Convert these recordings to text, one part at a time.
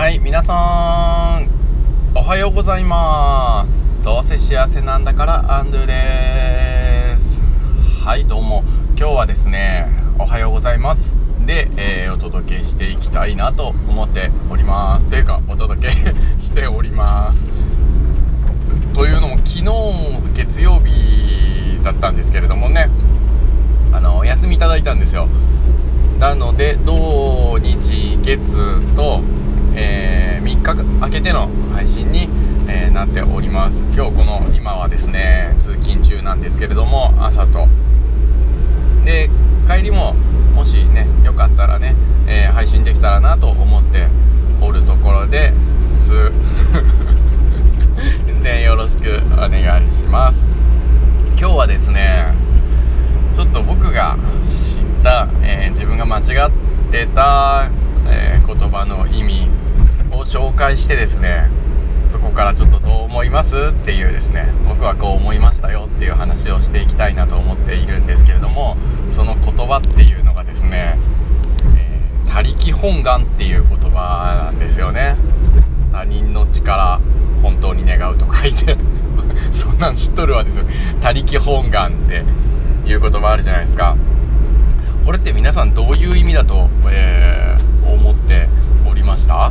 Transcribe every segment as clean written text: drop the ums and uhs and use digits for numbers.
はい、皆さんおはようございます。どうせ幸せなんだからアンドゥです。はい、どうも。今日はですね、おはようございますで、お届けしていきたいなと思っております。というかお届けしております。というのも昨日月曜日だったんですけれどもね、お休みいただいたんですよ。なので土日月と、3日空けての配信に、なっております。今はですね、通勤中なんですけれども、朝とで帰りももしねよかったらね、配信できたらなと思っておるところですでよろしくお願いします。今日はですね、ちょっと僕が知った、自分が間違ってた、言葉の意味を紹介してですね、そこからちょっとどう思いますっていうですね、僕はこう思いましたよっていう話をしていきたいなと思っているんですけれども、その言葉っていうのがですね、他力本願っていう言葉なんですよね。他人の力本当に願うと書いてそんなん知っとるわですよ。他力本願っていう言葉あるじゃないですか。これって皆さんどういう意味だと、思っておりました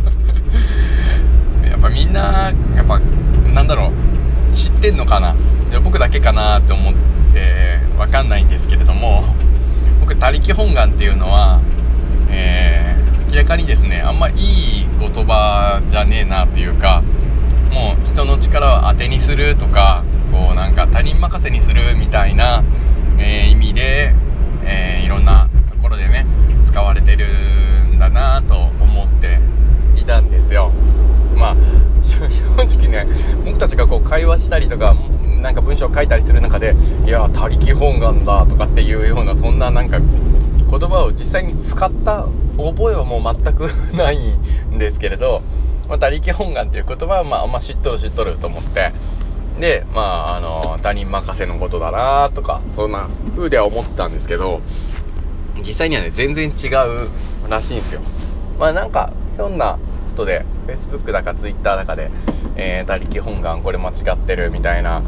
やっぱみんななんだろう、知ってんのかな。僕だけかなって思って分かんないんですけれども、僕他力本願っていうのは、明らかにですね、あんまいい言葉じゃねえなっていうか、もう人の力を当てにするとか、こうなんか他人任せにするみたいな、意味で、いろんなところでね使われてるんだなと思っていたんですよ。まあ正直ね、僕たちがこう会話したりとかなんか文章を書いたりする中で、いや他力本願だとかっていうような、そんななんか言葉を実際に使った覚えはもう全くないんですけれど、他力本願っていう言葉はあんま知っとると思って、で他人任せのことだなとか、そんな風では思ってたんですけど、実際にはね全然違うらしいんですよ。なんかひょんなことで Facebook だか Twitter だかで、他力本願これ間違ってるみたいな、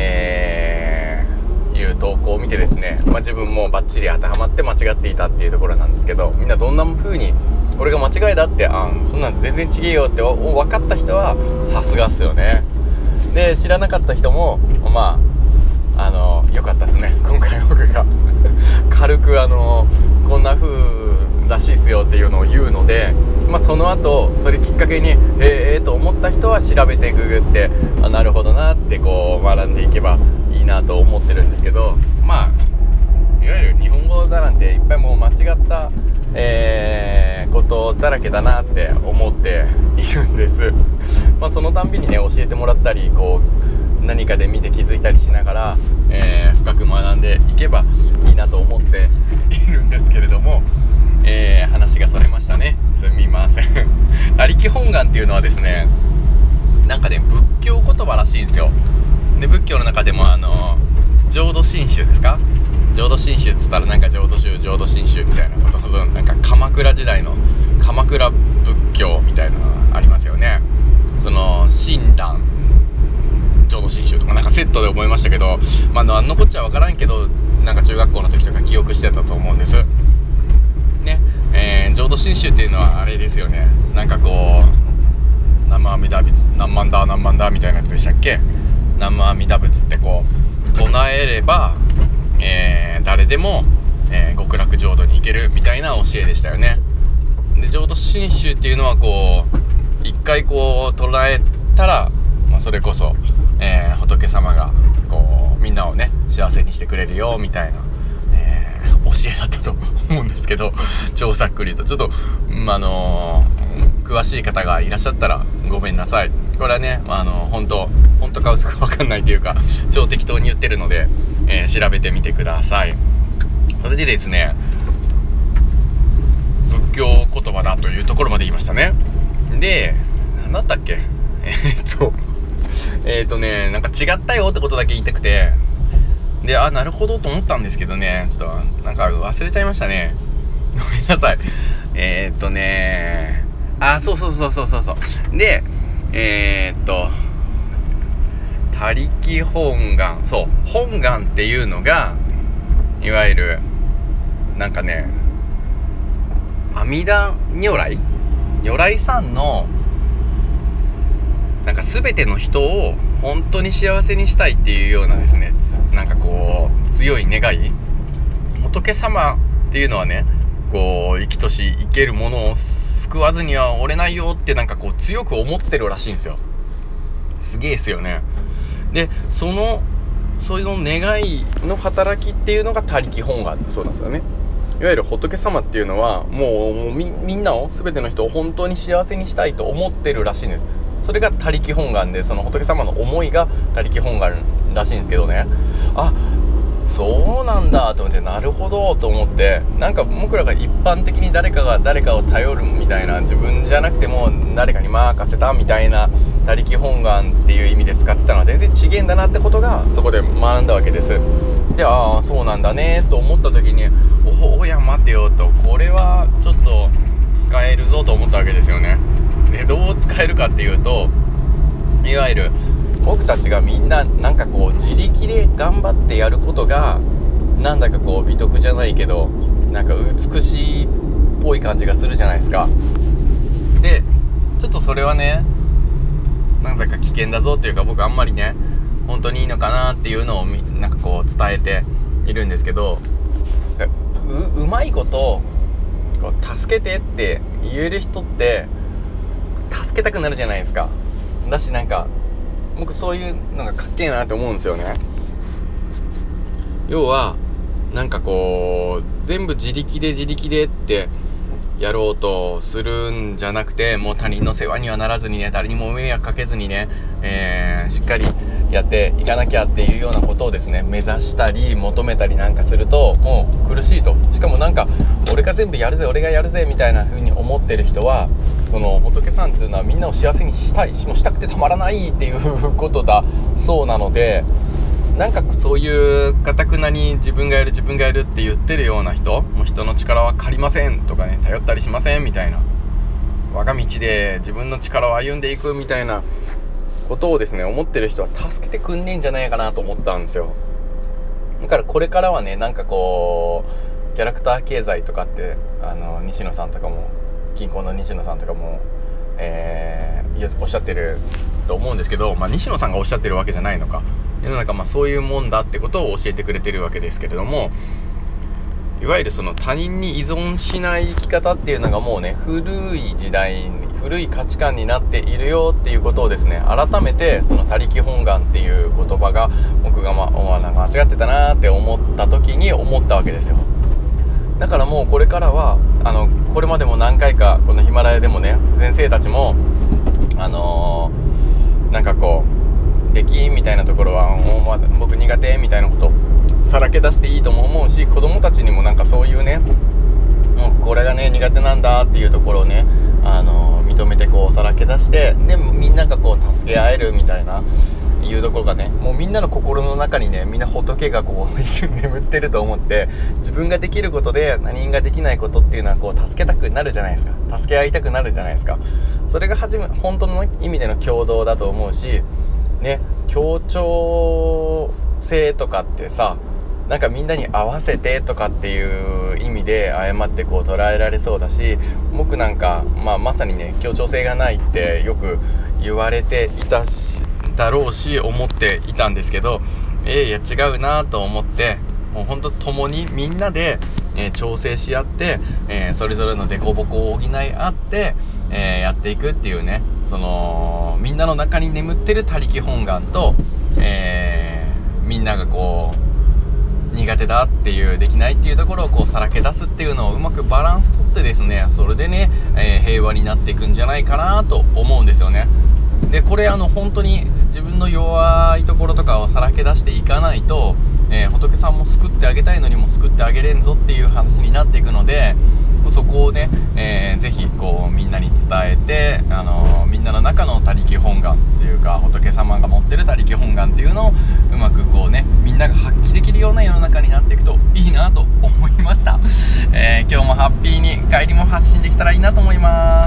いう投稿を見てですね、自分もバッチリ当てはまって間違っていたっていうところなんですけど、みんなどんな風に俺が間違いだって、そんなん全然違えよって分かった人はさすがっすよね。で知らなかった人も良かったですね。今回僕が軽くこんな風らしいっすよっていうのを言うので、その後それきっかけにと思った人は調べてググって、なるほどなってこう学んでいけばいいなと思ってるんですけど、いわゆる日本語だなんていっぱいもう間違った、ことだらけだなって思っているんです。そのたんびにね教えてもらったり、こう何かで見て気づいたりしながら、深く学んでいけばいいなと思っているんですけれども、話がそれましたね。すみません他力本願っていうのはですね、なんかね仏教言葉らしいんですよ。で仏教の中でも浄土真宗ですか、浄土真宗っつったらなんか浄土宗浄土真宗みたいなことほど、なんか鎌倉時代の鎌倉仏教みたいなのがありますよね。その親鸞浄土真宗とかなんかセットで思いましたけど、何のこっちゃわからんけど、なんか中学校の時とか記憶してたと思うんですね。浄土真宗っていうのはあれですよね、なんかこう南無阿弥陀仏何万だ何万だみたいなやつでしたっけ。南無阿弥陀仏ってこう唱えれば、誰でも、極楽浄土に行けるみたいな教えでしたよね。で浄土真宗っていうのはこう一回こう唱えたら、それこそ、仏様がこうみんなをね幸せにしてくれるよみたいな、教えだったと思うんですけど、超ざっくりとちょっと詳しい方がいらっしゃったらごめんなさい。これはね本当か嘘か分かんないというか超適当に言ってるので、調べてみてください。それでですね、仏教言葉だというところまで言いましたね。で何だったっけなんか違ったよってことだけ言いたくて、でなるほどと思ったんですけどね、ちょっとなんか忘れちゃいましたね。ごめんなさい。 そうで他力本願、本願っていうのがいわゆるなんかね、阿弥陀如来さんのなんか全ての人を本当に幸せにしたいっていうようなですね、なんかこう強い願い、仏様っていうのはね、こう生きとし生けるものを救わずにはおれないよってなんかこう強く思ってるらしいんですよ。すげえですよね。でそういう願いの働きっていうのが他力本願だそうなんですよね。いわゆる仏様っていうのはもうみんなを、全ての人を本当に幸せにしたいと思ってるらしいんです。それが他力本願で、その仏様の思いが他力本願らしいんですけどね。そうなんだと思って、なるほどと思って、なんか僕らが一般的に誰かが誰かを頼るみたいな、自分じゃなくても誰かに任せたみたいな他力本願っていう意味で使ってたのは全然違えんだなってことがそこで学んだわけです。でそうなんだねと思った時に、おや待てよと、これはちょっと使えるぞと思ったわけですよね。でどう使えるかっていうと、いわゆる僕たちがみんななんかこう自力で頑張ってやることがなんだかこう美徳じゃないけどなんか美しいっぽい感じがするじゃないですか。でちょっとそれはね、なんだか危険だぞっていうか、僕あんまりね本当にいいのかなっていうのをなんかこう伝えているんですけど、うまいことこう助けてって言える人って助けたくなるじゃないですか。だしなんか僕そういうのがかっけえなって思うんですよね。要はなんかこう全部自力でってやろうとするんじゃなくて、もう他人の世話にはならずにね、誰にも迷惑かけずにね、しっかりやっていかなきゃっていうようなことをですね、目指したり求めたりなんかするともう苦しいと。しかもなんか俺が全部やるぜ、俺がやるぜみたいな風に思ってる人は、その仏さんっていうのはみんなを幸せにしたいし、もしたくてたまらないっていうことだそうなので、なんかそういう堅くなに自分がやるって言ってるような人、もう人の力は借りませんとかね、頼ったりしませんみたいな、我が道で自分の力を歩んでいくみたいなことをですね思ってる人は助けてくんねえんじゃないかなと思ったんですよ。だからこれからはね、なんかこうキャラクター経済とかって西野さんとかも、銀行の西野さんとかも、おっしゃってると思うんですけど、西野さんがおっしゃってるわけじゃないのか、世の中そういうもんだってことを教えてくれてるわけですけれども、いわゆるその他人に依存しない生き方っていうのがもうね、古い時代、古い価値観になっているよっていうことをですね、改めてその他力本願っていう言葉が僕がなんか間違ってたなって思った時に思ったわけですよ。だからもうこれからはこれまでも何回かこのヒマラヤでもね、先生たちもなんかこうできみたいなところはもう僕苦手みたいなことさらけ出していいとも思うし、子供たちにもなんかそういうね、これがね苦手なんだっていうところをね認めてこうさらけ出して、でみんながこう助け合えるみたいないうところがね、もうみんなの心の中にね、みんな仏がこう眠ってると思って、自分ができることで他人ができないことっていうのはこう助けたくなるじゃないですか。助け合いたくなるじゃないですか。それが本当の意味での共同だと思うしね、協調性とかってさ、なんかみんなに合わせてとかっていう意味で誤ってこう捉えられそうだし、僕なんか、まさにね協調性がないってよく言われていたしだろうし思っていたんですけど、いや違うなと思って、もう本当共にみんなで、調整し合って、それぞれの凸凹を補い合って、やっていくっていうね、そのみんなの中に眠ってる他力本願と、みんながこう苦手だっていうできないっていうところをこうさらけ出すっていうのをうまくバランスとってですね、それでね、平和になっていくんじゃないかなと思うんですよね。でこれ本当に自分の弱いところとかをさらけ出していかないと、仏さんも救ってあげたいのにも救ってあげれんぞっていう話になっていくので、そこをね、ぜひこうみんなに伝えて、みんなの中の他力本願っていうか、仏様が持ってる他力本願っていうのをうまくこうね、みんなが発揮できるような世の中になっていくといいなと思いました。今日もハッピーに帰りも発信できたらいいなと思います。